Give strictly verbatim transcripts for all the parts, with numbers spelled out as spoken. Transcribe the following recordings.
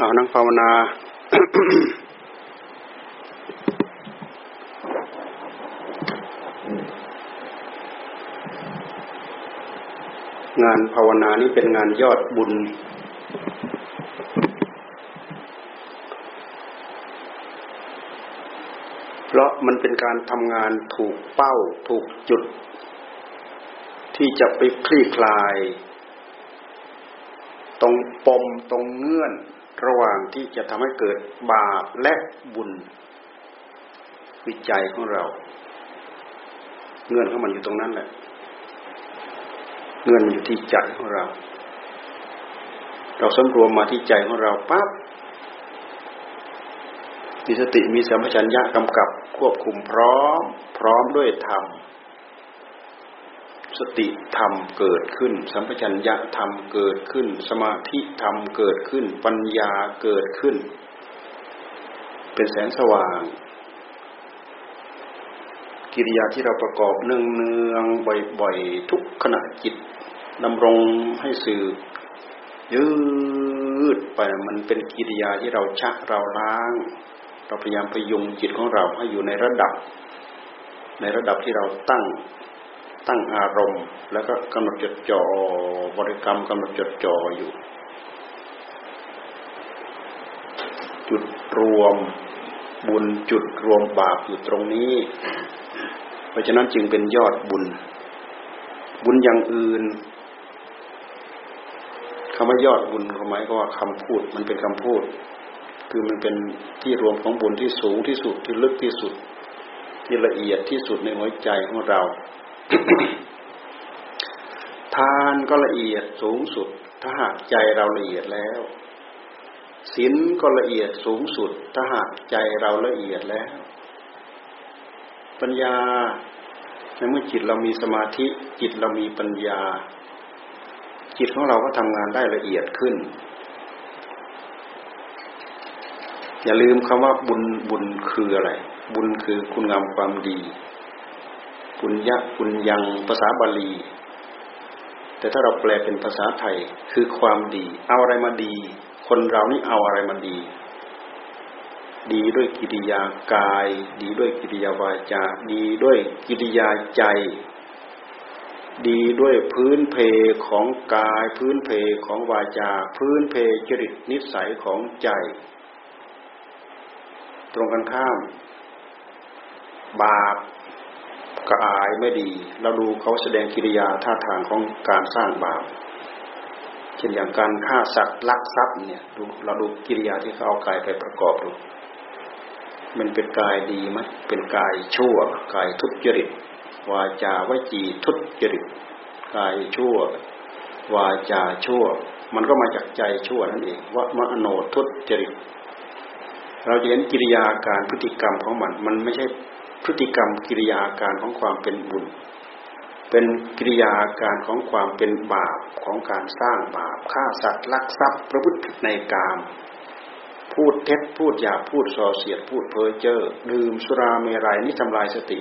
เอานั่งภาวนา งานภาวนานี้เป็นงานยอดบุญเพราะมันเป็นการทำงานถูกเป้าถูกจุดที่จะไปคลี่คลายตรงปมตรงเงื่อนระหว่างที่จะทำให้เกิดบาปและบุญวิจัยของเราเงื่อนของมันอยู่ตรงนั้นแหละเงื่อนมันอยู่ที่ใจของเราเราสำรวมมาที่ใจของเราปั๊บมีสติมีสัมปชัญญะกำกับควบคุมพร้อมพร้อมด้วยธรรมสติธรรมเกิดขึ้นสัมปชัญญะธรรมเกิดขึ้นสมาธิธรรมเกิดขึ้นปัญญาเกิดขึ้นเป็นแสงสว่างกิริยาที่เราประกอบเนืองๆบ่อยๆทุกขณะจิตดำรงให้สืบยืดไปมันเป็นกิริยาที่เราชะเราล้างเราพยายามพยุงจิตของเราให้อยู่ในระดับในระดับที่เราตั้งตั้งอารมณ์แล้วก็กำหนดจดจ่อบริกรรมกำหนดจดจ่ออยู่จุดรวมบุญจุดรวมบาปอยู่ตรงนี้เพราะฉะนั้นจึงเป็นยอดบุญบุญอย่างอื่นคำว่ายอดบุญหมายความว่าคำพูดมันเป็นคำพูดคือมันเป็นที่รวมของบุญที่สูงที่สุดที่ลึกที่สุดที่ละเอียดที่สุดในหัวใจของเรา ทานก็ละเอียดสูงสุดถ้าหากใจเราละเอียดแล้วศีลก็ละเอียดสูงสุดถ้าหากใจเราละเอียดแล้วปัญญาในเมื่อจิตเรามีสมาธิจิตเรามีปัญญาจิตของเราก็ทำงานได้ละเอียดขึ้นอย่าลืมคำว่าบุญบุญคืออะไรบุญคือคุณงามความดีปุญญะปุญญังภาษาบาลีแต่ถ้าเราแปลเป็นภาษาไทยคือความดีเอาอะไรมาดีคนเรานี่เอาอะไรมาดีดีด้วยกิริยากายดีด้วยกิริยาวาจาดีด้วยกิริยาใจดีด้วยพื้นเพของกายพื้นเพของวาจาพื้นเพจริตนิสัยของใจตรงกันข้ามบาปกายไม่ดีเราดูเขาแสดงกิริยาท่าทางของการสร้างบาปเช่นอย่างการฆ่าสัตว์ลักทรัพย์เนี่ยดูเราดูกิริยาที่เขาเอากายไปประกอบดูมันเป็นกายดีไหมเป็นกายชั่วกายทุจริตวาจาวจีทุจริตกายชั่ววาจาชั่วมันก็มาจากใจชั่วนั่นเองวะมะโนทุจริตเราจะเห็นกิริยาการพฤติกรรมของมันมันไม่ใช่พฤติกรรมกิริยาการของความเป็นบุญเป็นกิริยาการของความเป็นบาปของการสร้างบาปฆ่าสัตว์ลักทรัพย์ประพฤติผิดในกามพูดเท็จพูดหยาบพูดส่อเสียดพูดเพ้อเจ้อดื่มสุราเมรัยนี่ทำลายสติ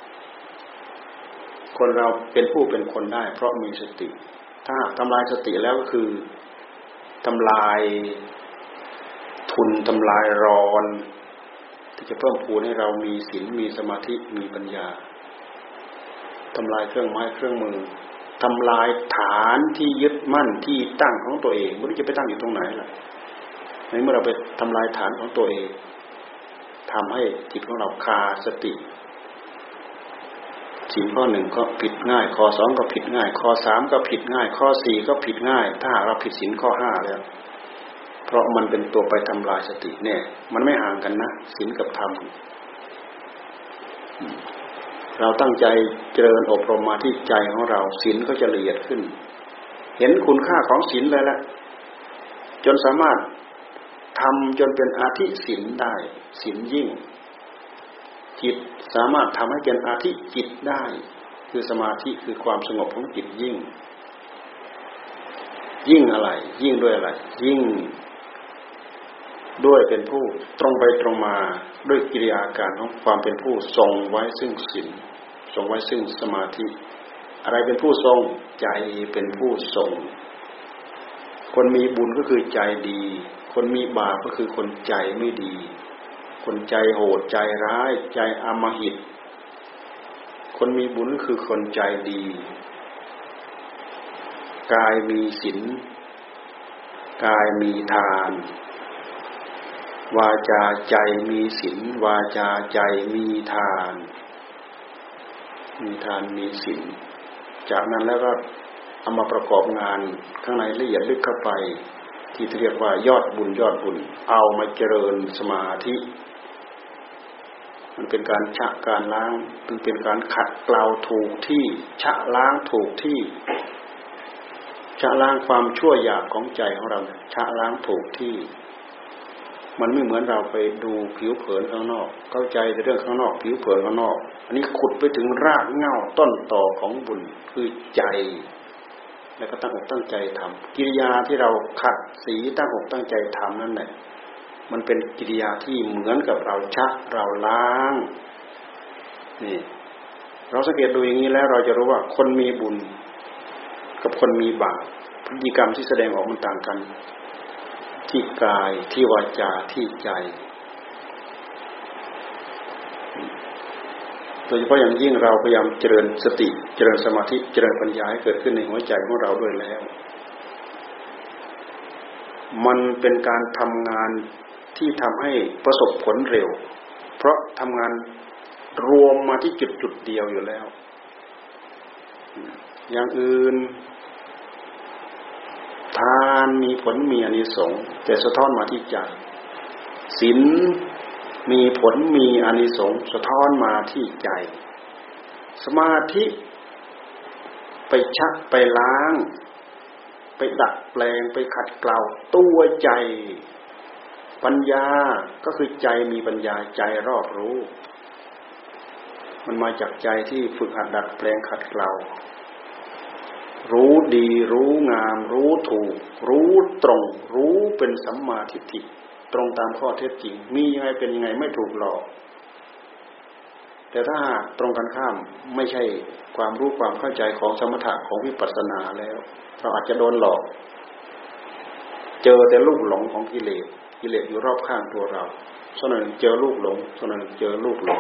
คนเราเป็นผู้เป็นคนได้เพราะมีสติถ้าทำลายสติแล้วก็คือทำลายทุนทำลายรอนที่จะเพิ่มพูนให้เรามีศีลมีสมาธิมีปัญญาทำลายเครื่องไม้เครื่องมือทำลายฐานที่ยึดมั่นที่ตั้งของตัวเองไม่รู้จะไปตั้งอยู่ตรงไหนล่ะในเมื่อเราไปทำลายฐานของตัวเองทำให้จิตของเราคาสติศีลข้อหนึ่งก็ผิดง่ายข้อสองก็ผิดง่ายข้อสามก็ผิดง่ายข้อสี่ก็ผิดง่ายถ้าหากเราผิดศีลข้อห้าแล้วเพราะมันเป็นตัวไปทำลายสติเนี่ยมันไม่ห่างกันนะศีลกับธรรมเราตั้งใจเจริญอบรมมาที่ใจของเราศีลก็จะละเอียดขึ้นเห็นคุณค่าของศีลเลยละจนสามารถทำจนเป็นอาธิศีลได้ศีลยิ่งจิตสามารถทำให้เป็นอาธิจิตได้คือสมาธิคือความสงบของจิตยิ่งยิ่งอะไรยิ่งด้วยอะไรยิ่งด้วยเป็นผู้ตรงไปตรงมาด้วยกิริยาการของความเป็นผู้ทรงไว้ซึ่งศีลทรงไว้ซึ่งสมาธิอะไรเป็นผู้ทรงใจเป็นผู้ทรงคนมีบุญก็คือใจดีคคนมีบาปก็คือคนใจไม่ดีคนใจโหดใจร้ายใจอำมหิตคนมีบุญก็คือคนใจดีกายมีศีลกายมีทานวาจาใจมีศีลวาจาใจมีทานมีทานมีศีลจากนั้นแล้วก็เอามาประกอบงานข้างในละเอียดลึกเข้าไปที่เรียกว่ายอดบุญยอดบุญเอามาเจริญสมาธิมันเป็นการชะการล้างมันเป็นการขัดเกลาถูกที่ชะล้างถูกที่ชะล้างความชั่วหยาบของใจของเราชะล้างถูกที่มันไม่เหมือนเราไปดูผิวเผินข้างนอกเข้าใจในเรื่องข้างนอกผิวเผินข้างนอกอันนี้ขุดไปถึงรากเหง้าต้นตอของบุญคือใจแล้วก็ตั้งอกตั้งใจทำกิริยาที่เราขัดสีตั้งอกตั้งใจทำนั่นแหละมันเป็นกิริยาที่เหมือนกับเราชะเราล้างนี่เราสังเกตดูอย่างนี้แล้วเราจะรู้ว่าคนมีบุญกับคนมีบาปพฤติกรรมที่แสดงออกมันต่างกันที่กายที่วาจาที่ใจโดยเฉพาะอย่างยิ่งเราพยายามเจริญสติเจริญสมาธิเจริญปัญญาให้เกิดขึ้นในหัวใจของเราด้วยแล้วมันเป็นการทำงานที่ทำให้ประสบผลเร็วเพราะทำงานรวมมาที่จุดจุดเดียวอยู่แล้วอย่างอื่นทานมีผลมีอานิสงส์แต่สะท้อนมาที่ใจศีลมีผลมีอานิสงส์สะท้อนมาที่ใจสมาธิไปชักไปล้างไปดัดแปลงไปขัดเกลาตัวใจปัญญาก็คือใจมีปัญญาใจรอบรู้มันมาจากใจที่ฝึกหัดดัดแปลงขัดเกลารู้ดีรู้งามรู้ถูกรู้ตรงรู้เป็นสัมมาทิฏฐิตรงตามข้อเท็จจริงมียังไงเป็นยังไงไม่ถูกหลอกแต่ถ้าตรงกันข้ามไม่ใช่ความรู้ความเข้าใจของสมถะของวิปัสสนาแล้วเราอาจจะโดนหลอกเจอแต่ลูกหลงของกิเลสกิเลสอยู่รอบข้างตัวเราส่วนหนึ่งเจอลูกหลงส่วนหนึ่งเจอลูกหลง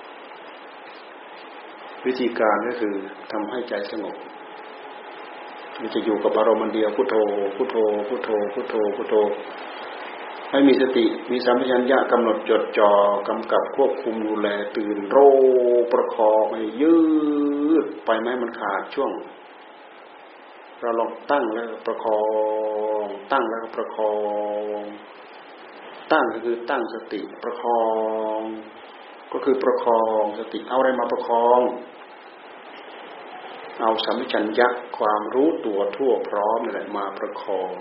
วิธีการก็คือทำให้ใจสงบมันจะอยู่กับอารมณ์เดียวพุทโธพุทโธพุทโธพุทโธพุทโธให้มีสติมีสัมปชัญญะกำหนดจดจ่อกำกับควบคุมดูแลตื่นรู้ประคองให้ยืดไปไม่มันขาดช่วงเราลองตั้งแล้วประคองตั้งแล้วประคองตั้งก็คือตั้งสติประคองก็คือประคองสติเอาอะไรมาประคองเอาสัมปชัญญะความรู้ตัวทั่วพร้อมนี่แหละมาประคอง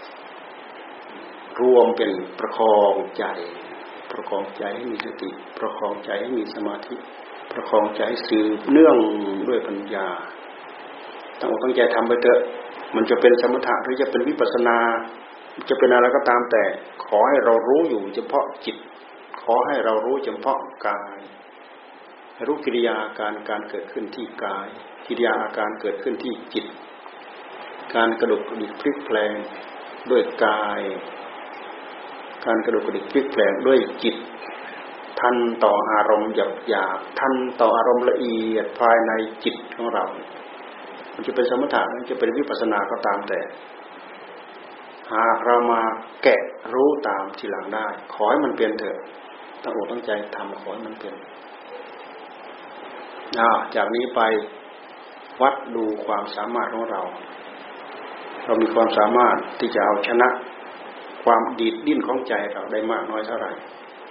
รวมเป็นประคองใจประคองใจให้มีสติประคองใจให้มีสมาธิประคองใจสืบเนื่องด้วยปัญญาตั้งอกตั้งใจทำไปเถอะมันจะเป็นสมถะหรือจะเป็นวิปัสสนาจะเป็นอะไรก็ตามแต่ขอให้เรารู้อยู่เฉพาะจิตขอให้เรารู้เฉพาะกายรู้กิริยาอาการการเกิดขึ้นที่กายกิริยาอาการเกิดขึ้นที่จิตการกระดุกกระดิกพลิกแปลงด้วยกายการกระดุกกระดิกพลิกแปลงด้วยจิตทันต่ออารมณ์หยาบๆทันต่ออารมณ์ละเอียดภายในจิตของเรามันจะเป็นสมถะมันจะเป็นวิปัสสนาก็ตามแต่หากเรามาแกะรู้ตามทีหลังได้ขอให้มันเปลี่ยนเถอะตั้งอกตั้งใจทำขอให้มันเปลี่ยนอ่าจากนี้ไปวัดดูความสามารถของเราเรามีความสามารถที่จะเอาชนะความดีดดิ้นของใจเราได้มากน้อยเท่าไหร่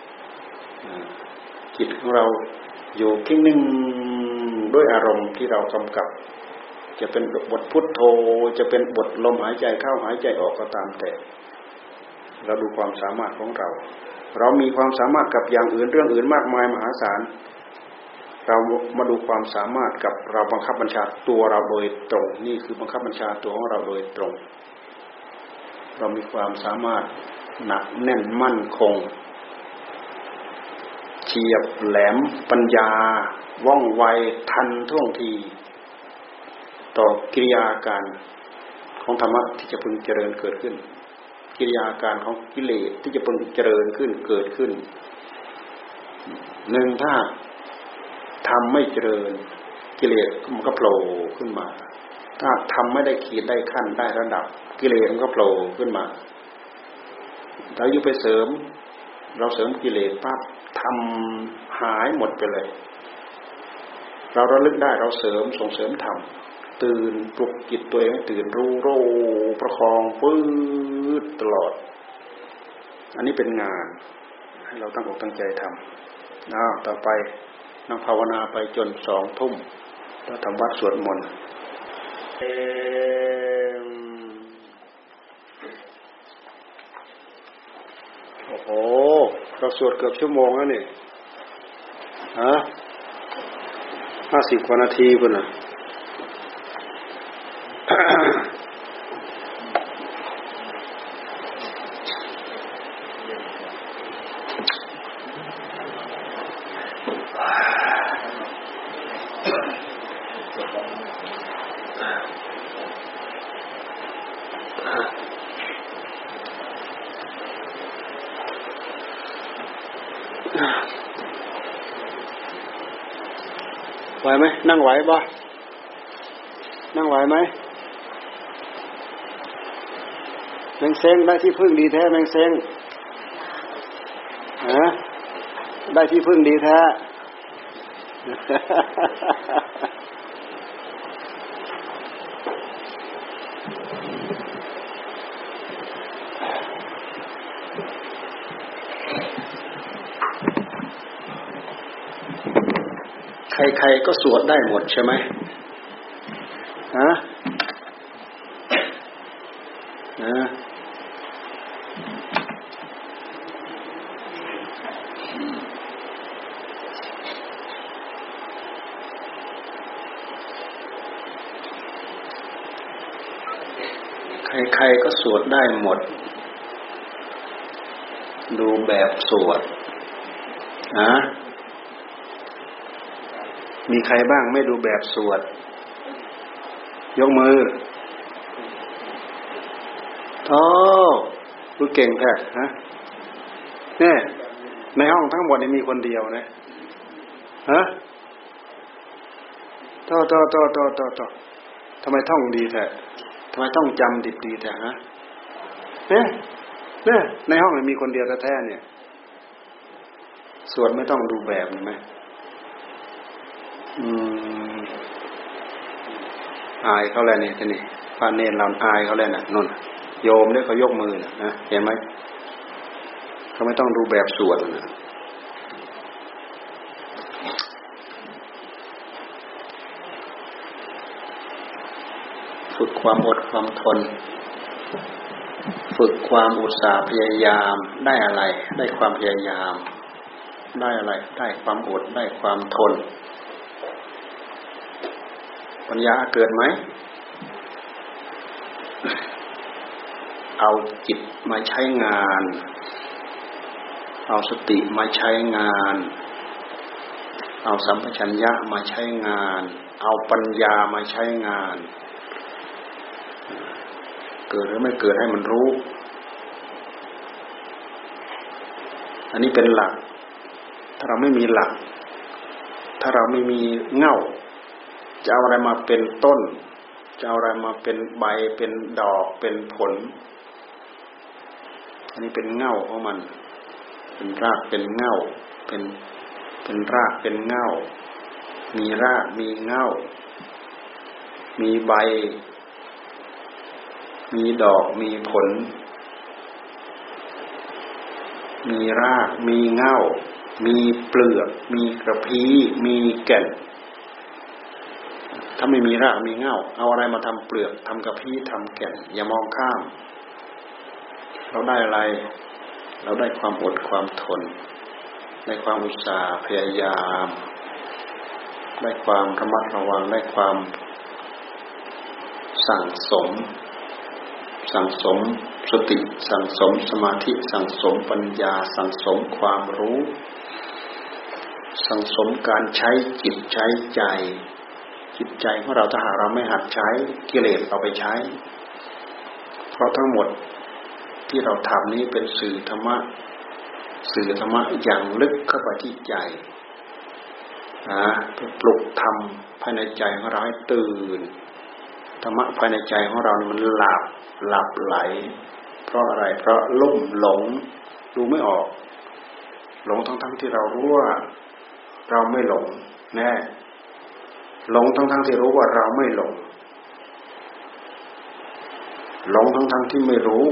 จิตของเราอยู่เพียงนิ่งด้วยอารมณ์ที่เรากำกับจะเป็นบทพุทโธจะเป็นบทลมหายใจเข้าหายใจออกก็ตามแต่เราดูความสามารถของเราเรามีความสามารถกับอย่างอื่นเรื่องอื่นมากมายมหาศาลเรามาดูความสามารถกับเราบังคับบัญชาตัวเราโดยตรงนี่คือบังคับบัญชาตัวของเราโดยตรงเรามีความสามารถหนักแน่นมั่นคงเฉียบแหลมปัญญาว่องไวทันท่วงทีต่อกิริยาการของธรรมะที่จะพึงเจริญเกิดขึ้นกิริยาการของกิเลสที่จะเป็นเจริญขึ้นเกิดขึ้นหนึ่งถ้าทำไม่เจริญกิเลสมันก็โผล่ขึ้นมาถ้าทำไม่ได้ขีดได้ขั้นได้ระดับกิเลสมันก็โผล่ขึ้นมาเราอยู่ไปเสริมเราเสริมกิเลสปั๊บทำหายหมดไปเลยเราระลึกได้เราเสริมส่งเสริมทำตื่นปลุกจิตตัวเองตื่นรู้โรประคองปื้ดตลอดอันนี้เป็นงานให้เราตั้งอกตั้งใจทำอ้าวต่อไปนั่งภาวนาไปจนสองทุ่มแล้วทำวัดสวดมนต์โอ้โหเราสวดเกือบชั่วโมงแล้วนี่ฮะห้าสิบกว่านาทีพุ่นน่ะไหวไหมนั่งไหวป่ะนั่งไหวไหมแมงเซ้งได้ที่พึ่งดีแท้แมงเซ้งฮะได้ที่พึ่งดีแท้ใครๆก็สวดได้หมดใช่ไหมฮะฮะใครๆก็สวดได้หมดดูแบบสวดฮะมีใครบ้างไม่ดูแบบสวดยกมือโธ่ดูเก่งแท้ฮะเนี่ยในห้องทั้งหมดนี่มีคนเดียวนะฮะโธ่โธ่โธ่โธ่โธ่โธ่ทำไมท่องดีแท้ทำไมต้องจำดิบดีแท้ฮะเนี่ยเนี่ยในห้องนี่มีคนเดียวแท้ๆเนี่ยสวดไม่ต้องดูแบบเห็นไหมอืมอายเขาแล้วนี่ท่านี่พระเนรเราอายเขาแล้วน่ะนุ่นโยมเนี่ยเขายกมือนะนะเห็นไหมเขาไม่ต้องดูแบบสวดนะฝึกความอดความทนฝึกความอุตสาห์พยายามได้อะไรได้ความพยายามได้อะไรได้ความอดได้ความทนปัญญาเกิดไหมเอาจิตมาใช้งานเอาสติมาใช้งานเอาสัมปชัญญะมาใช้งานเอาปัญญามาใช้งานเกิดหรือไม่เกิดให้มันรู้อันนี้เป็นหลักถ้าเราไม่มีหลักถ้าเราไม่มีเง่าจะเอาอะไรมาเป็นต้นจะเอาอะไรมาเป็นใบเป็นดอกเป็นผลอันนี้เป็นเง่าของมันเป็นรากเป็นเง่าเป็นเป็นรากเป็นเง่ามีรากมีเง่ามีใบมีดอกมีผลมีรากมีเง่ามีเปลือกมีกระพี้มีแก่นถ้าไม่มีรากมีเง่าเอาอะไรมาทำเปลือกทำกระพี้ทำแก่นอย่ามองข้ามเราได้อะไรเราได้ความอดความทนได้ความอุตสาห์พยายามได้ความระมัดระวังได้ความสั่งสมสั่งสมสติสั่งสมสมาธิสั่งสมปัญญาสั่งสมความรู้สั่งสมการใช้จิตใช้ใจจิตใจของเราถ้าหากเราไม่หัดใช้กิเลสเอาไปใช้เพราะทั้งหมดที่เราทำนี้เป็นสื่อธรรมะสื่อธรรมะอย่างลึกเข้าไปที่ใจนะไปปลุกธรรมภายในใจของเราให้ตื่นธรรมะภายในใจของเรานี่มันหลับหลับไหลเพราะอะไรเพราะลุ่มหลงดูไม่ออกหลงทั้งทั้งที่เรารู้ว่าเราไม่หลงแน่หลงทั้งทั้งที่รู้ว่าเราไม่หลงหลงทั้งทั้งที่ไม่รู้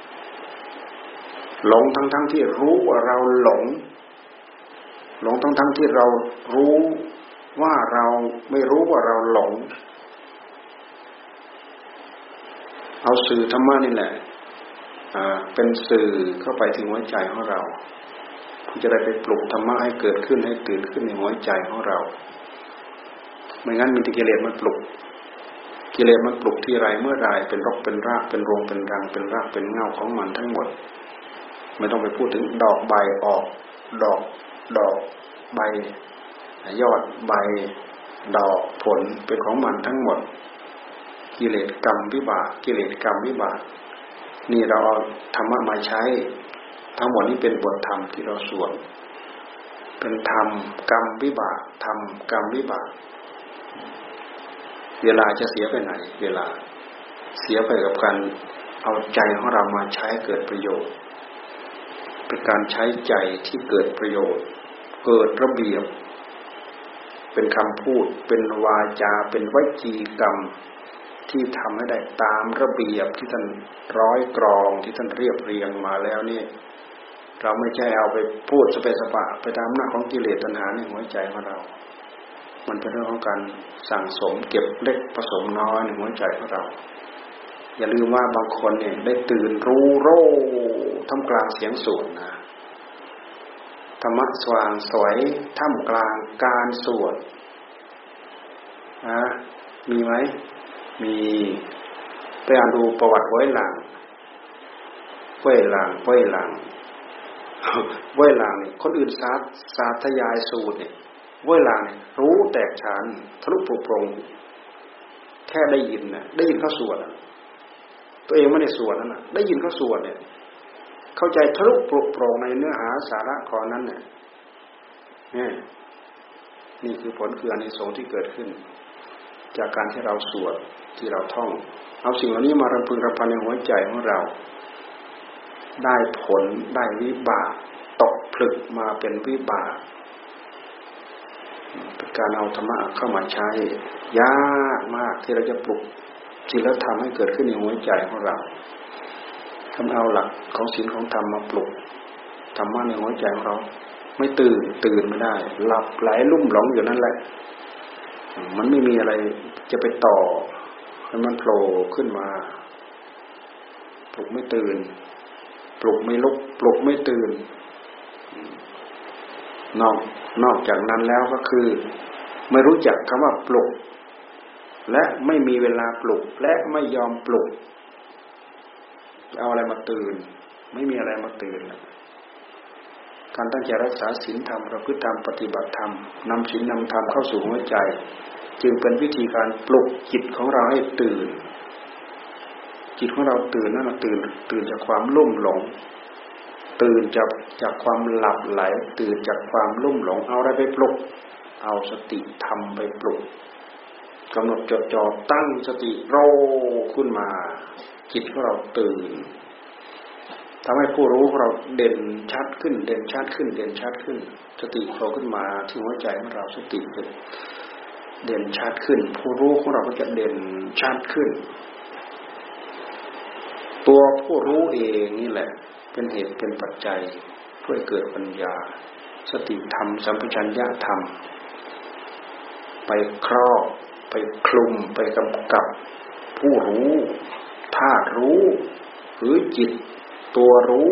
หลงทั้งทั้งที่รู้ว่าเราหลงหลงทั้งทั้งที่เรารู้ว่าเราไม่รู้ว่าเราหลงเอาสื่อธรรมะนี่แหละเป็นสื่อเข้าไปถึงหัวใจของเราจะได้ไปปลุกธรรมะให้เกิดขึ้นให้ตื่นขึ้นในหัวใจของเราไม่งั้นมีแต่กิเลสมันปลุกกิเลสมันปลุกที่ไรเมื่อไรเป็นรกเป็นรากเป็นรวงเป็นรังเป็นรากเป็นเงาของมันทั้งหมดไม่ต้องไปพูดถึงดอกใบออกดอกดอกใบยอดใบดอกผลเป็นของมันทั้งหมดกิเลสกรรมวิบากกิเลสกรรมวิบากนี่เราเอาธรรมะมาใช้ทั้งหมดนี้เป็นบทธรรมที่เราสวดเป็นธรรมกรรมวิบากธรรมกรรมวิบากเวลาจะเสียไปไหนเวลาเสียไปกับการเอาใจของเรามาใช้เกิดประโยชน์เป็นการใช้ใจที่เกิดประโยชน์เกิดระเบียบเป็นคำพูดเป็นวาจาเป็นวจีกรรมที่ทำให้ได้ตามระเบียบที่ท่านร้อยกรองที่ท่านเรียบเรียงมาแล้วนี่เราไม่ใช่เอาไปพูดสเปสปะไปตามหน้าของกิเลสตัณหาในหัวใจของเรามันเป็นเรื่องของการสั่งสมเก็บเล็กผสมน้อยในหัวใจของเราอย่าลืมว่าบางคนเนี่ยได้ตื่นรู้โร่ท่ามกลางเสียงสวดนะธรรมะสว่างสวยท่ามกลางการสวดนะมีไหมมีไปอ่านดูประวัติไว้หลังไว้หลังไว้หลังไว้หลังนี่คนอื่นสาสาธยายสูตรเนี่ยไว้หลังนี่รู้แตกฉานทะลุปลุกปลงแค่ได้ยินนะได้ยินเขาสวดตัวเองไม่ได้สวดนั่นน่ะได้ยินเขาสวดเนี่ยเข้าใจทะลุปลุกปลงในเนื้อหาสาระของนั้นเนี่ยนี่นี่คือผลคืออานิสงส์ที่เกิดขึ้นจากการที่เราสวดที่เราท่องเอาสิ่งเหล่านี้มารำพึงรำพันในหัวใจของเราได้ผลได้วิบากตกผลึกมาเป็นวิบากเป็นการเอาธรรมะเข้ามาใช้ยากมากที่เราจะปลุกศีลธรรมให้เกิดขึ้นในหัวใจของเราทำเอาหลักของศีลของธรรมมาปลุกธรรมะในหัวใจของเราไม่ตื่นตื่นไม่ได้หลับไหลลุ่มหลงอยู่นั่นแหละมันไม่มีอะไรจะไปต่อให้มันโผล่ขึ้นมาปลุกไม่ตื่นปลุกไม่ลุกปลุกไม่ตื่นนอกนอกจากนั้นแล้วก็คือไม่รู้จักคำว่าปลุกและไม่มีเวลาปลุกและไม่ยอมปลุกเอาอะไรมาตื่นไม่มีอะไรมาตื่นการตั้งใจรักษาศีลธรรมประพฤติธรรมปฏิบัติธรรมนำศีลนำธรรมเข้าสู่หัวใจจึงเป็นวิธีการปลุกจิตของเราให้ตื่นจิตของเราตื่นนั่นน่ะตื่นตื่นจากความลุ่มหลงตื่นจากจากความหลับไหลตื่นจากความลุ่มหลงเอาอะไรไปปลุกเอาสติธรรมไปปลุกกำหนดจดจ่อตั้งสติโรขึ้นมาจิตของเราตื่นทำให้ผู้รู้ของเราเด่นชัดขึ้นเด่นชัดขึ้นเด่นชัดขึ้นสติโผล่ขึ้นมาที่หัวใจของเราสติเด่นชัดขึ้นผู้รู้ของเราก็จะเด่นชัดขึ้นตัวผู้รู้เองนี่แหละเป็นเหตุเป็นปัจจัยเพื่อเกิดปัญญาสติธรรมสัมปชัญญะธรรมไปครอบไปคลุมไปกำกับผู้รู้ธาตุรู้หรือจิตตัวรู้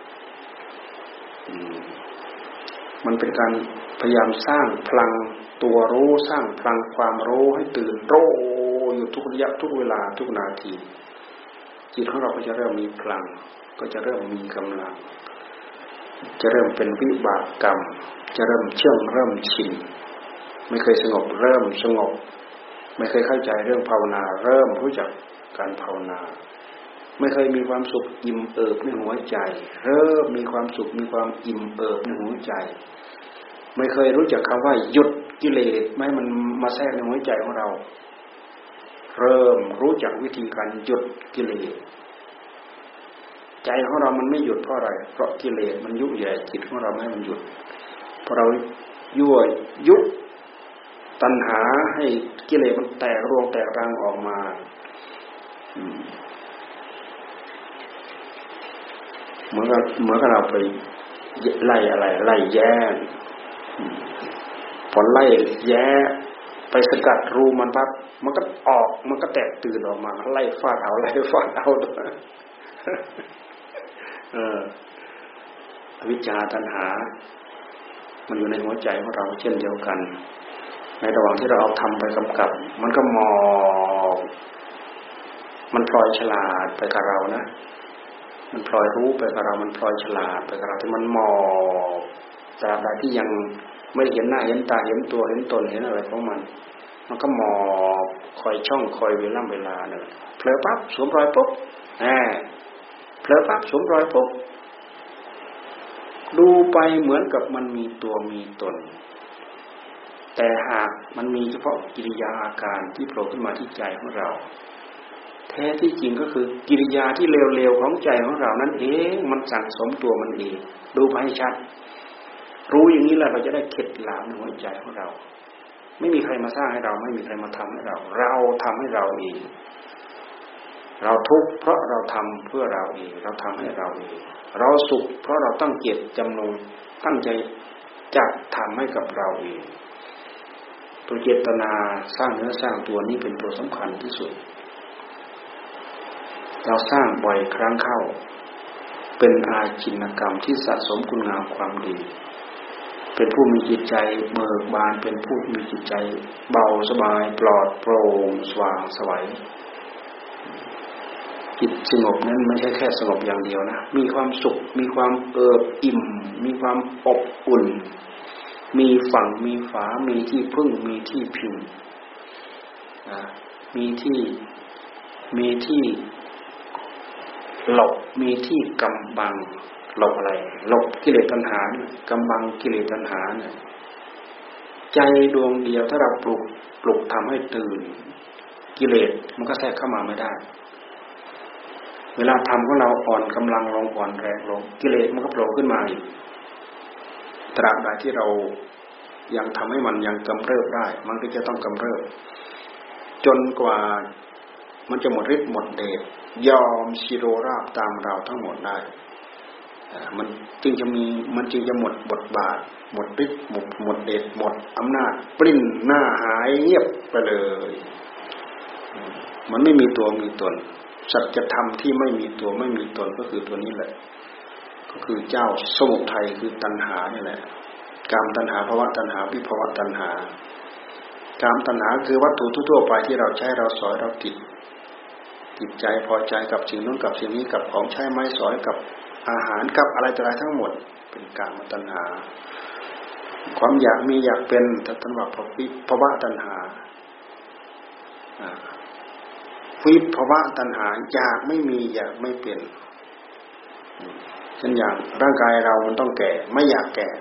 มันเป็นการพยายามสร้างพลังตัวรู้สร้างพลังความรู้ให้ตื่นรู้อยู่ทุกระยะทุกเวลาทุกนาทีจิตของเราก็จะเริ่มมีพลังก็จะเริ่มมีกำลังจะเริ่มเป็นวิบากกรรมจะเริ่มเชื่องเริ่มชินไม่เคยสงบเริ่มสงบไม่เคยเข้าใจเรื่องภาวนาเริ่มรู้จักการภาวนาไม่เคยมีความสุขอิ่มเอิบในหัวใจเริ่มมีความสุขมีความอิ่มเอิบในหัวใจไม่เคยรู้จักคำว่าหยุดกิเลสไม่มันมาแทรกในหัวใจของเราเริ่มรู้จักวิธีการหยุดกิเลสใจของเรามันไม่หยุดเพราะอะไรเพราะกิเลสมันยุแย่จิตของเราไม่ให้มันหยุดเพราะเรายั่วยุตัณหาให้กิเลสมันแตกรวงแตกรังออกมาเหมือนกับเหมือนกับเราไปไล่อะไรไล่แย่พอไล่แย่ไปสกัดรูมันปั๊บมันก็ออกมันก็แตกตื่นออกมาไล่ฟาดเอาไล่ฟาดเอาเอออวิชชาตัณหามันอยู่ในหัวใจของเราเช่นเดียวกันในระหว่างที่เราเอาทำไปกำกับมันก็มองมันพลอยฉลาดไปกับเรานะมันพลอยรู้ไปกับเรามันพลอยฉลาดไปกับเราที่มันมองตราบใดที่ยังไม่เห็นหน้าเห็นตาเห็นตัวเห็นตนเห็นอะไรของมันมันก็มองคอยช่องคอยเวลาเวลาเนี่ยเผลอปั๊บสวมรอยปุ๊บแหมเผลอปั๊บสวมรอยปุ๊บดูไปเหมือนกับมันมีตัวมีตนแต่หากมันมีเฉพาะกิริยาอาการที่โผล่ขึ้นมาที่ใจของเราแท้ที่จริงก็คือกิริยาที่เร็วๆของใจของเรานั่นเองมันสั่งสมตัวมันเองดูไปให้ชัดรู้อย่างนี้แหละเราจะได้เข็ดหลาบในหัวใจของเราไม่มีใครมาสร้างให้เราไม่มีใครมาทำให้เราเราทำให้เราเองเราทุกข์เพราะเราทำเพื่อเราเองเราทำให้เราเองเราสุขเพราะเราตั้งเจตจำนงตั้งใจจะทำให้กับเราเองตัวเจตนาสร้างเนื้อสร้างตัวนี้เป็นตัวสำคัญที่สุดเราสร้างบ่อยครั้งเข้าเป็นอาจินกรรมที่สะสมคุณงามความดีเป็นผู้มีจิตใจเบิกบานเป็นผู้มีจิตใจเบาสบายปลอดโปร่งสว่างไสวจิตสงบนั้นไม่ใช่แค่สงบอย่างเดียวนะมีความสุขมีความเอิบอิ่มมีความอบอุ่นมีฝั่งมีฝามีที่พึ่งมีที่พิงมีที่มีที่หลบมีที่กำบังหลบอะไรหลบกิเลสตัณหากำบังกิเลสตัณหาเนี่ยใจดวงเดียวถ้าเราปลุกปลุกทำให้ตื่นกิเลสมันก็แทรกเข้ามาไม่ได้เวลาทำของเราอ่อนกำลังลงอ่อนแรงลงกิเลสมันก็โผล่ขึ้นมาอีกตราบใดที่เรายังทำให้มันยังกำเริบได้มันก็จะต้องกำเริบจนกว่ามันจะหมดฤทธิ์หมดเดชยอมชิโรราบตามเราทั้งหมดได้มันจึงจะมีมันจึงจะหมดบทบาทหมดฤทธิ์หมดหมดเดชหมดอำนาจปลิ้นหน้าหายเงียบไปเลยมันไม่มีตัวมีตนสัจธรรมที่ไม่มีตัวไม่มีตนก็คือตัวนี้แหละก็คือเจ้าสมุทัยคือตัณหานี่แหละกามตัณหาภวตัณหาวิภวตัณหากามตัณหาคือวัตถุทั่วๆไปที่เราใช้เราสอยเราติดติดใจพอใจกับสิ่งนู้นกับสิ่งนี้กับของใช้ไม้สอยกับอาหารกับอะไรต่ออะไรทั้งหมดเป็นกามตัณหาความอยากมีอยากเป็นตัณหาภวตัณหาวิภวตัณหาอยากไม่มีอยากไม่เป็นเช่นอย่างร่างกายเรามันต้องแก่ไม่อยากแก่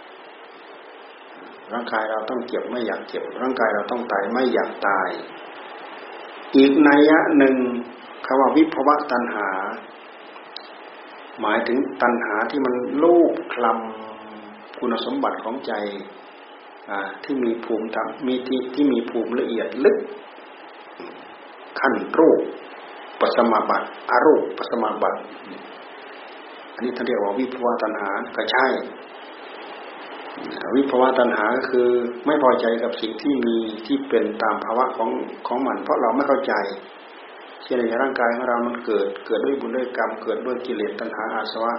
ร่างกายเราต้องเจ็บไม่อยากเจ็บร่างกายเราต้องตายไม่อยากตายอีกนัยยะหนึ่งคำว่าวิภวตัณหาหมายถึงตัณหาที่มันลูบคลำคุณสมบัติของใจที่มีภูมิธรรมมีที่ที่มีภูมิละเอียดลึกขั้นรูปปัสมาบัติอรูปปัสมาบัติอันนี้ท่านเรียกว่าวิภวตัณหาก็ใช่วิภวตัณหาก็คือไม่พอใจกับสิ่งที่มีที่เป็นตามภาวะของของมันเพราะเราไม่เข้าใจเช่นในร่างกายของเรามันเกิดเกิดด้วยบุญด้วยกรรมเกิดด้วยกิเลสตัณหาอาสวะ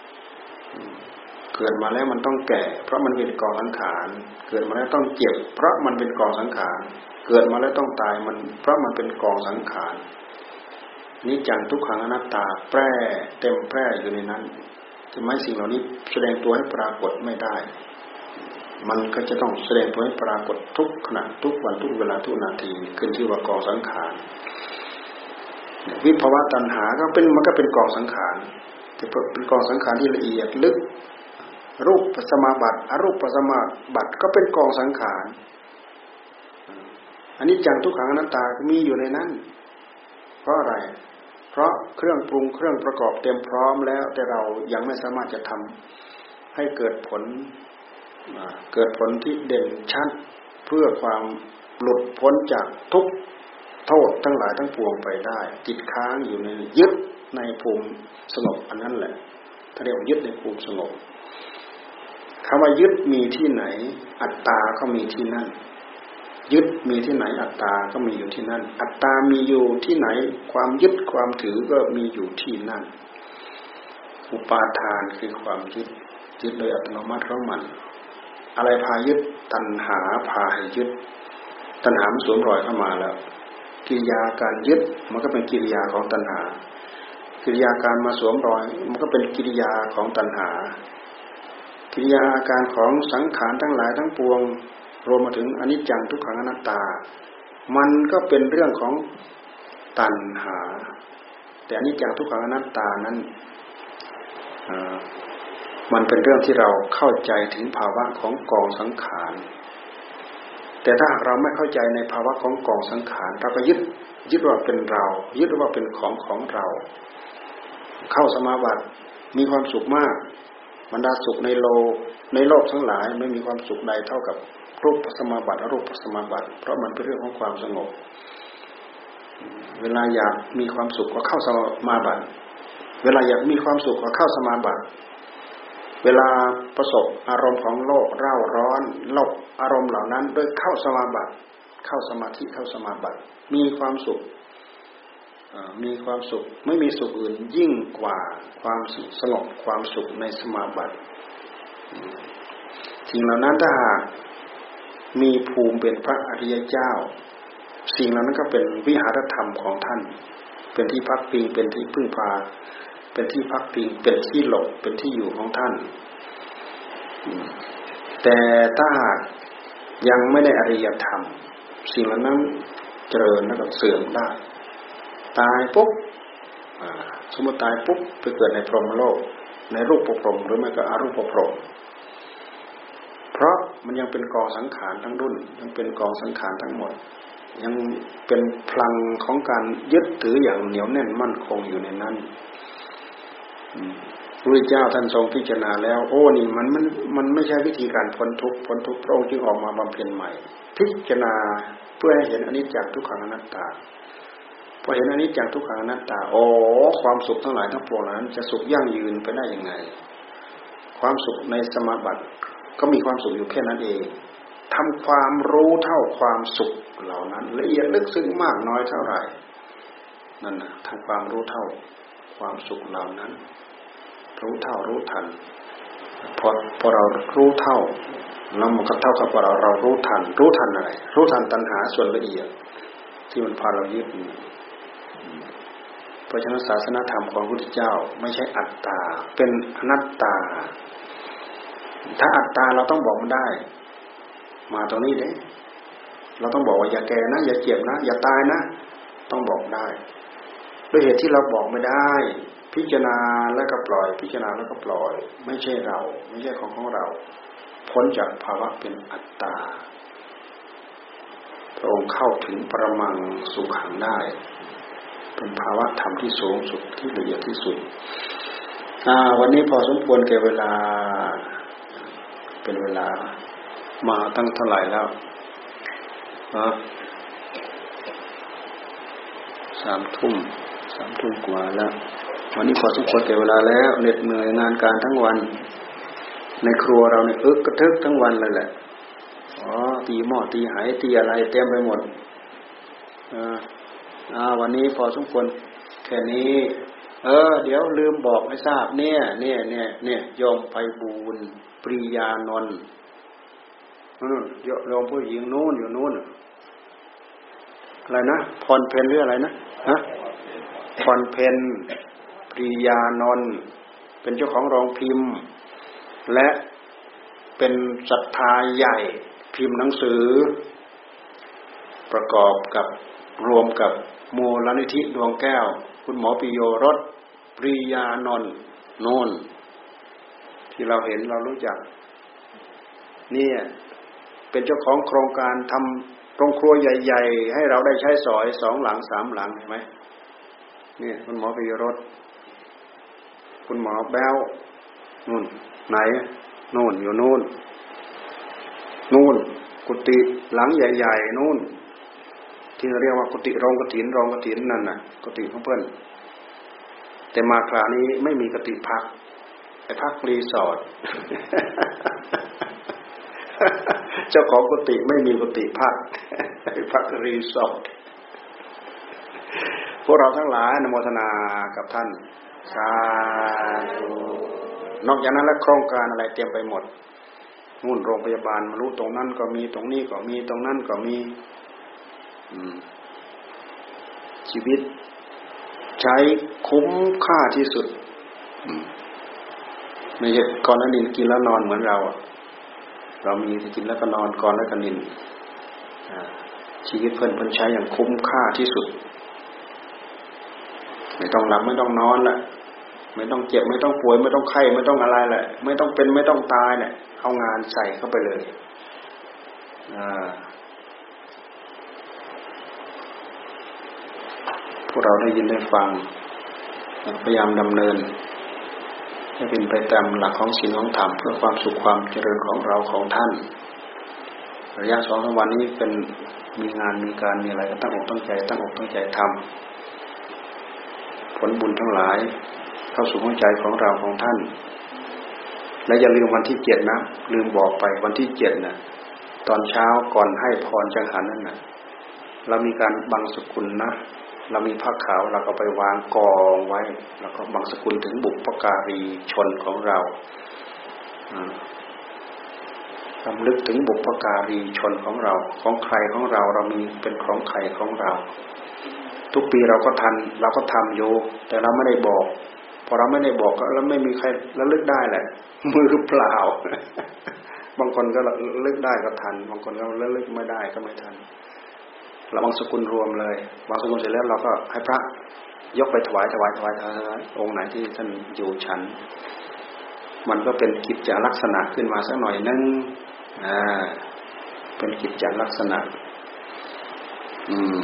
เกิดมาแล้วมันต้องแก่เพราะมันเป็นกองสังขารเกิดมาแล้วต้องเจ็บเพราะมันเป็นกองสังขารเกิดมาแล้วต้องตายมันเพราะมันเป็นกองสังขารนิจจังทุกขังอนัตตาแปร่เต็มแปร่อยู่ในนั้นทำไมสิ่งเหล่านี้แสดงตัวให้ปรากฏไม่ได้มันก็จะต้องแสดงตัวให้ปรากฏทุกขณะทุกวันทุกเวลาทุกนาทีขึ้นชื่อว่ากองสังขารวิภวะตัณหาก็เป็นมันก็เป็นกองสังขารแต่เป็นกองสังขารที่ละเอียดลึกรูปปัสมาบัติอรูปปัสมาบัติก็เป็นกองสังขารอันนี้จังทุกขังอนัตตามีอยู่ในนั้นเพราะอะไรเพราะเครื่องปรุงเครื่องประกอบเต็มพร้อมแล้วแต่เรายังไม่สามารถจะทำให้เกิดผลเกิดผลที่เด่นชัดเพื่อความหลุดพ้นจากทุกโทษทั้งหลายทั้งปวงไปได้ติดค้างอยู่ในยึดในภูมิสงบอันนั้นแหละเขาเรียกว่ายึดในภูมิสงบคำว่ายึดมีที่ไหนอัตตาก็มีที่นั่นยึดมีที่ไหนอัตตาก็มีอยู่ที่นั่นอัตตามีอยู่ที่ไหนความยึดความถือก็มีอยู่ที่นั่นอุปาทานคือความยึดยึดโดยอัตโนมัติของมันอะไรพายึดตัณหาพาให้ยึดตัณหามันสวมรอยเข้ามาแล้วกิริยาการยึดมันก็เป็นกิริยาของตัณหากิริยาการมาสวมรอยมันก็เป็นกิริยาของตัณหากิริยาอาการของสังขารทั้งหลายทั้งปวงรวมมาถึงอนิจจังทุกขังอนัตตามันก็เป็นเรื่องของตัณหาแต่อนิจจังทุกขังอนัตตานั้นมันเป็นเรื่องที่เราเข้าใจถึงภาวะของกองสังขารแต่ถ้าหากเราไม่เข้าใจในภาวะของกองสังขารเราก็ยึดยึดว่าเป็นเรายึดว่าเป็นของของเราเข้าสมาบัติมีความสุขมากบรรดาสุขในโลกในโลกทั้งหลายไม่มีความสุขใดเท่ากับรูปสมาบัติอรูปสมาบัติเพราะมันเป็นเรื่องของความสงบเวลาอยากมีความสุขก็เข้าสมาบัติเวลาอยากมีความสุขก็เข้าสมาบัติเวลาประสบอารมณ์ของโลกเร่าร้อนโลกอารมณ์เหล่านั้นโดยเข้าสมาบัติเข้าสมาธิเข้าสมาบัติมีความสุขมีความสุขไม่มีสุขอื่นยิ่งกว่าความสงบความสุขในสมาบัติสิ่งเหล่านั้นถ้าหากมีภูมิเป็นพระอริยเจ้าสิ่งเหล่านั้นก็เป็นวิหารธรรมของท่านเป็นที่พักพิงเป็นที่พึ่งพาเป็นที่พักพิงเป็นที่หลบเป็นที่อยู่ของท่านแต่ถ้าหากยังไม่ได้อริยธรรมสิ่งเหล่านั้นเจริญแล้วก็เสื่อมได้ตายปุ๊บสมมติตายปุ๊บไปเกิดในพรหมโลกในรูปพรหมหรือไม่ก็อรูปพรหมเพราะมันยังเป็นกองสังขารทั้งรุ่นยังเป็นกองสังขารทั้งหมดยังเป็นพลังของการยึดถืออย่างเหนียวแน่นมั่นคงอยู่ในนั้นพระพุทธเจ้าท่านทรงพิจารณาแล้วโอ้นี่มันมันมันไม่ใช่วิธีการพ้นทุกข์พ้นทุกข์พระองค์จึงออกมาบำเพ็ญใหม่พิจารณาเพื่อให้เห็นอนิจจังทุกขังอนัตตาพอเห็นอนิจจังทุกขังอนัตตาโอ้ความสุขทั้งหลายทั้งปวงนั้นจะสุขยั่งยืนไปได้ยังไงความสุขในสมาบัติก็มีความสุขอยู่แค่นั้นเองทำความรู้เท่าความสุขเหล่านั้นละเอียดลึกซึ้งมากน้อยเท่าไหร่นั่นนะทำความรู้เท่าความสุขเหล่านั้นรู้เท่ารู้ทันพอพอเรารู้เท่าแล้วมันก็เท่ากับว่าเราเรารู้ทันรู้ทันอะไรรู้ทันตัณหาส่วนละเอียดที่มันพาเรายึดเพราะฉะนั้นศาสนธรรมของพระพุทธเจ้าไม่ใช่อัตตาเป็นอนัตตาถ้าอัตตาเราต้องบอกมันได้มาตรงนี้เด้เราต้องบอกว่าอย่าแก่นะอย่าเจ็บนะอย่าตายนะต้องบอกได้ด้วยเหตุที่เราบอกไม่ได้พิจารณาแล้วก็ปล่อยพิจารณาแล้วก็ปล่อยไม่ใช่เราไม่ใช่ของของเราพ้นจากภาวะเป็นอัตตาพระองค์เข้าถึงปรมังสุขังได้เป็นภาวะธรรมที่สูงสุดที่ละเอียดที่สุดอ่าวันนี้พอสมควรแก่เวลาเป็นเวลามาตั้งเท่าไหร่แล้วฮะสามทุ่มสามทุ่มกว่าแล้ววันนี้พอสมควรแก่เวลาแล้วเหน็ดเหนื่อยงานการทั้งวันในครัวเราเนี่ยอึกกระทึกทั้งวันเลยแหละอ๋อตีหม้อตีไหตีอะไรเต็มไปหมดอ่าอ่าวันนี้พอสมควรแค่นี้เออเดี๋ยวลืมบอกให้ทราบเนี่ยเนี่ยเนี่ยเนี่ยโยมไพบูลย์ปรียานนท์นู่นโยมผู้หญิงนู่นอยู่นู่นอะไรนะพรเพ็ญหรืออะไรนะฮะพรเพ็ญปรียานนท์เป็นเจ้าของโรงพิมพ์และเป็นศรัทธาใหญ่พิมพ์หนังสือประกอบกับรวมกับมูลนิธิดวงแก้วคุณหมอปิโยรสปริยานนท์โน่นที่เราเห็นเรารู้จักนี่เป็นเจ้าของโครงการทำโรงครัวใหญ่ๆให้เราได้ใช้สอยสองหลังสามหลังเห็นไหมนี่คุณหมอปิโยรสคุณหมอแบ้วนู่นไหนนู่นอยู่นู่นนู่นกุฏิหลังใหญ่ๆนู่นที่เรียกว่ากุฏิรองกฐินรองกฐินนั่นน่ะกุฏิของเพิ่นแต่มาคราวนี้ไม่มีกุฏิพักไอ้พักรีสอร์ท เจ้าของกุฏิไม่มีกุฏิพักไอ้พักรีสอร์ทพวกเราทั้งหลายอนุโมทนากับท่านสาธุนอกจากนั้นแล้วโครงการอะไรเตรียมไปหมดนู่นโรงพยาบาลมารู้ตรงนั้นก็มีตรงนี้ก็มีตรงนั้นก็มีชีวิตใช้คุ้มค่าที่สุดไม่ใช่ก่อนแล้วนินกินแล้วนอนเหมือนเราเรามีที่กินแล้วก็นอนก่อนแล้วก็นินชีวิตเพิ่นเพิ่นใช้อย่างคุ้มค่าที่สุดไม่ต้องหลับไม่ต้องนอนละไม่ต้องเจ็บไม่ต้องป่วยไม่ต้องไข้ไม่ต้องอะไรแหละไม่ต้องเป็นไม่ต้องตายเนี่ยเอางานใส่เข้าไปเลยพวกเราได้ยินได้ฟังพยายามดำเนินให้เป็นไปตามหลักของศีลของธรรมเพื่อความสุขความเจริญของเราของท่านระยะสองสามวันนี้เป็นมีงานมีการมีอะไรก็ตั้งอกตั้งใจตั้งอกตั้งใจทำผลบุญทั้งหลายเข้าสู่หัวใจของเราของท่านและอย่าลืมวันที่เจ็ดนะลืมบอกไปวันที่เจ็ดนะตอนเช้าก่อนให้พรจังหันนั่นนะเรามีการบังสกุลนะเรามีผ้าขาวเราก็ไปวางกองไว้แล้วก็บังสกุลถึงบุพการีชนของเรารำลึกถึงบุพการีชนของเราของใครของเราเรามีเป็นของใครของเราทุกปีเราก็ทันเราก็ทำอยู่แต่เราไม่ได้บอกพอเราไม่ได้บอกก็แล้วไม่มีใครระลึกได้แหละมือเปล่าบางคนก็ระลึกได้ก็ทันบางคนก็ระลึกไม่ได้ก็ไม่ทันเราบางสกุลรวมเลยบางสกุลเสร็จแล้วเราก็ให้พระยกไปถวายถวายถวายถวายองค์ไหนที่ท่านอยู่ชั้นมันก็เป็นกิจจลักษณะขึ้นมาสักหน่อยนึงอ่าเป็นกิจจลักษณะอืม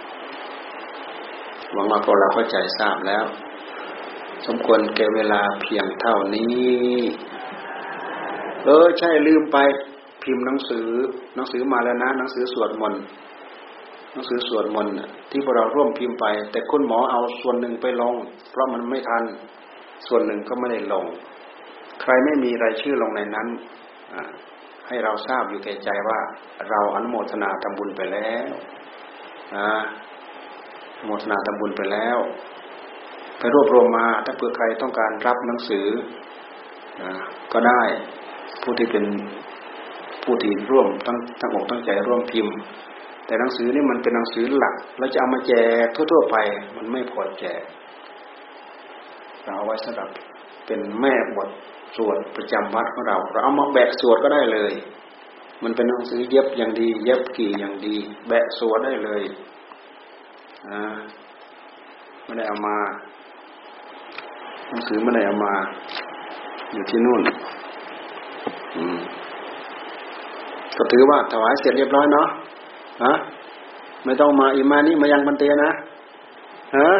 หวังว่าพวกเราเข้าใจทราบแล้วสมควรแก่เวลาเพียงเท่านี้เออใช่ลืมไปพิมพ์หนังสือหนังสือมาแล้วนะหนังสือสวดมนต์หนังสือสวดมนต์ที่พวกเราร่วมพิมพ์ไปแต่คุณหมอเอาส่วนหนึ่งไปลงเพราะมันไม่ทันส่วนหนึ่งก็ไม่ได้ลงใครไม่มีรายชื่อลงในนั้นให้เราทราบอยู่แก่ใจว่าเราอนุโมทนาทำบุญไปแล้วอนุโมทนาทำบุญไปแล้วไปรวบรวมมาถ้าเผื่อใครต้องการรับหนังสือก็ได้ผู้ที่เป็นผู้ที่ร่วมตั้งตั้งอกตั้งใจร่วมพิมพ์แต่หนังสือนี่มันเป็นหนังสือหลักเราจะเอามาแจกทั่วๆไปมันไม่พอแจกเราเอาไว้สำหรับเป็นแม่บทสวดประจำวัดของเราเราเอามาแบะสวดก็ได้เลยมันเป็นหนังสือเย็บอย่างดีเย็บกี่อย่างดีแบะสวดได้เลยอ่าไม่ได้เอามาหนังสือไม่ได้เอามาอยู่ที่นู่นอืมก็ถือว่าถวายเสร็จเรียบร้อยเนาะฮะไม่ต้องมาอิมานี่มายังบันเตนะฮะ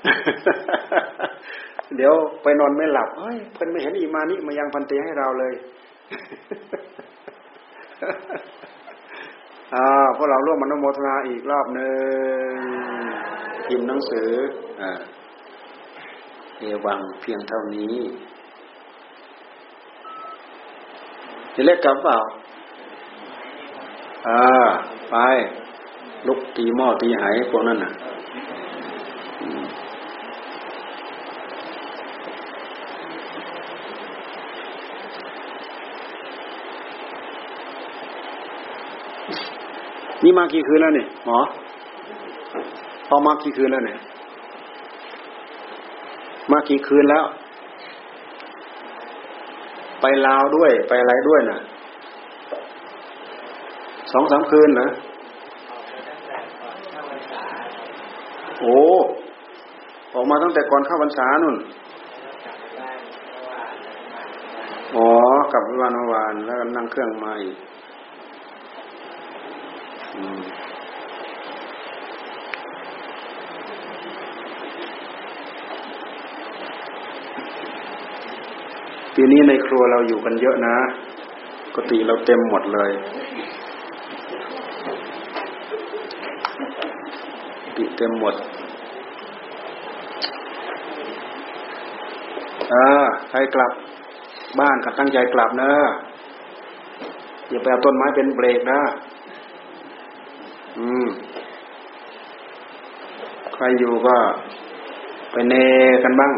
เดี๋ยวไปนอนไม่หลับเฮ้ยเพิ่นไม่เห็นอิมานี่มายังพันเตให้เราเลย อ่าพวกเราร่วมอนุโมทนาอีกรอบนึงพิมพ์หนังสืออ่าเอวังเพียงเท่านี้จะเล็กกลับเปล่าอ่าไปลุกตีหม้อตีไหพวกนั้นน่ะนี่มากี่คืนแล้วเนี่ยหมอพอมากี่คืนแล้วเนี่ยมากี่คืนแล้วไปลาวด้วยไปอะไรด้วยน่ะสองสามคืนนะโอ้ออกมาตั้งแต่ก่อนเข้าพรรษานู่นอ๋อกลับวันเมื่อวานแล้วก็นั่งเครื่องมาอีกปีนี้ในครัวเราอยู่กันเยอะนะปกติเราเต็มหมดเลยติเต็มหมดเออใครกลับบ้านก็ตั้งใจกลับนะอย่าไปเอาต้นไม้เป็นเบรกนะอืมใครอยู่ก็ไปเนกันบ้าง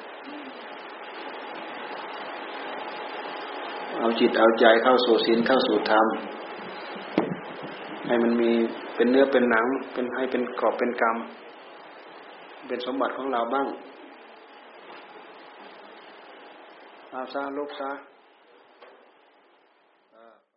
เอาจิตเอาใจเข้าสู่ศีลเข้าสู่ธรรมให้มันมีเป็นเนื้อเป็นหนังเป็นให้เป็นกอบเป็นกรรมเป็นสมบัติของเราบ้างเอาซะลูกซะ